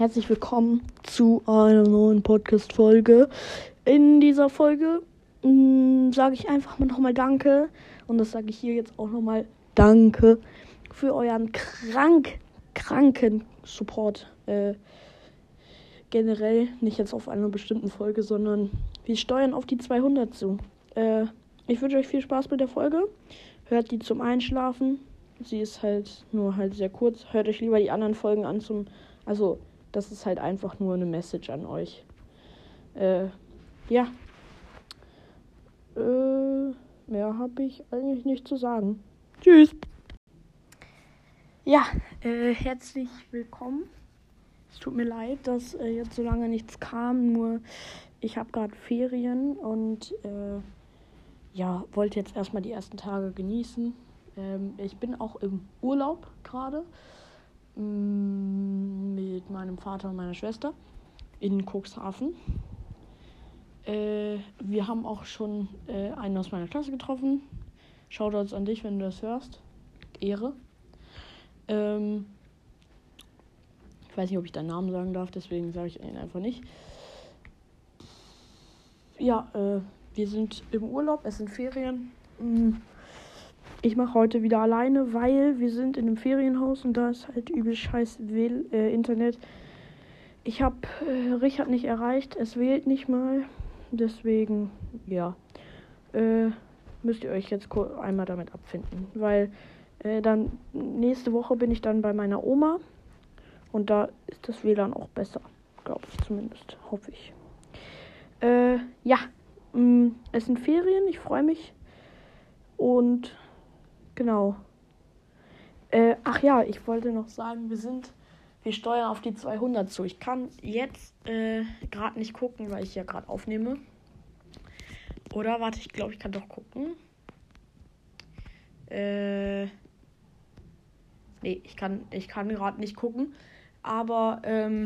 herzlich willkommen zu einer neuen Podcast-Folge. In dieser Folge sage ich einfach mal nochmal Danke. Und das sage ich hier jetzt auch nochmal Danke für euren kranken Support. Generell, nicht jetzt auf einer bestimmten Folge, sondern wir steuern auf die 200 zu. Ich wünsche euch viel Spaß mit der Folge. Hört die zum Einschlafen. Sie ist halt nur sehr kurz. Hört euch lieber die anderen Folgen an Also, das ist halt einfach nur eine Message an euch. Mehr habe ich eigentlich nicht zu sagen. Tschüss. Ja, herzlich willkommen. Es tut mir leid, dass jetzt so lange nichts kam. Nur ich habe gerade Ferien und wollte jetzt erstmal die ersten Tage genießen. Ich bin auch im Urlaub gerade mit meinem Vater und meiner Schwester in Cuxhaven. Wir haben auch schon einen aus meiner Klasse getroffen. Shoutouts an dich, wenn du das hörst. Ehre. Ich weiß nicht, ob ich deinen Namen sagen darf, deswegen sage ich ihn einfach nicht. Ja, wir sind im Urlaub, es sind Ferien. Ich mache heute wieder alleine, weil wir sind in einem Ferienhaus und da ist halt übel scheiß Internet. Ich habe Richard nicht erreicht, es wählt nicht mal. Deswegen, müsst ihr euch jetzt einmal damit abfinden. Weil dann nächste Woche bin ich dann bei meiner Oma und da ist das WLAN auch besser. Glaube ich zumindest, hoffe ich. Es sind Ferien, ich freue mich. Und genau. Ich wollte noch sagen, wir steuern auf die 200 zu. Ich kann jetzt gerade nicht gucken, weil ich ja gerade aufnehme. Oder warte, ich glaube, ich kann doch gucken. Nee, ich kann gerade nicht gucken. Aber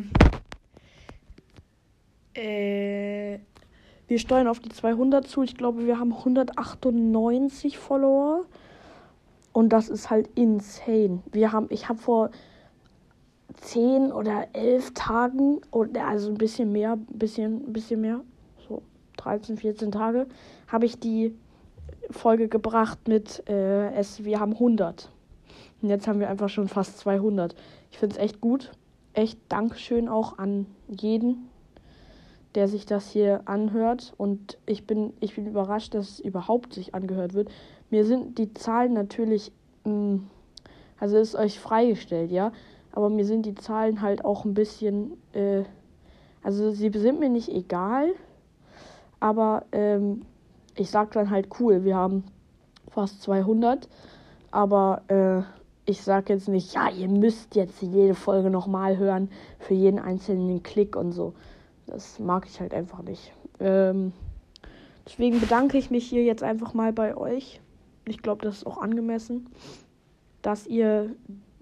wir steuern auf die 200 zu. Ich glaube, wir haben 198 Follower. Und das ist halt insane. Ich habe vor 10 oder 11 Tagen, also ein bisschen mehr, so 13, 14 Tage, habe ich die Folge gebracht mit, wir haben 100. Und jetzt haben wir einfach schon fast 200. Ich finde es echt gut. Echt Dankeschön auch an jeden, der sich das hier anhört. Und ich bin überrascht, dass es überhaupt sich angehört wird. Mir sind die Zahlen natürlich, also ist euch freigestellt, ja. Aber mir sind die Zahlen halt auch ein bisschen, also sie sind mir nicht egal. Aber ich sag dann halt cool, wir haben fast 200. Aber ich sag jetzt nicht, ja, ihr müsst jetzt jede Folge nochmal hören für jeden einzelnen Klick und so. Das mag ich halt einfach nicht. Deswegen bedanke ich mich hier jetzt einfach mal bei euch. Ich glaube, das ist auch angemessen, dass ihr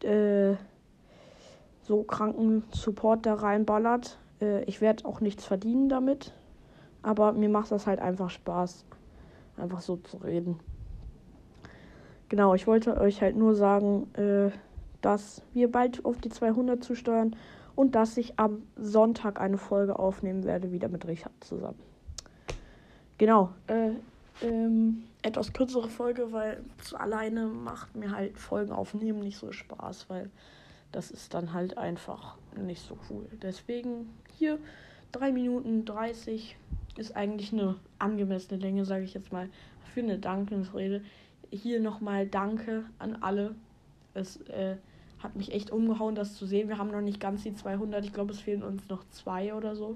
so kranken Support da reinballert. Ich werde auch nichts verdienen damit. Aber mir macht das halt einfach Spaß, einfach so zu reden. Genau, ich wollte euch halt nur sagen, dass wir bald auf die 200 zusteuern und dass ich am Sonntag eine Folge aufnehmen werde, wieder mit Richard zusammen. Genau, etwas kürzere Folge, weil alleine macht mir halt Folgen aufnehmen nicht so Spaß, weil das ist dann halt einfach nicht so cool. Deswegen hier 3 Minuten 30 ist eigentlich eine angemessene Länge, sage ich jetzt mal, für eine Dankesrede. Hier nochmal Danke an alle. Es hat mich echt umgehauen, das zu sehen. Wir haben noch nicht ganz die 200. Ich glaube, es fehlen uns noch 2 oder so.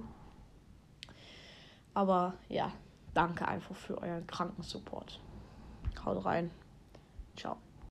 Aber ja, danke einfach für euren kranken Support. Haut rein. Ciao.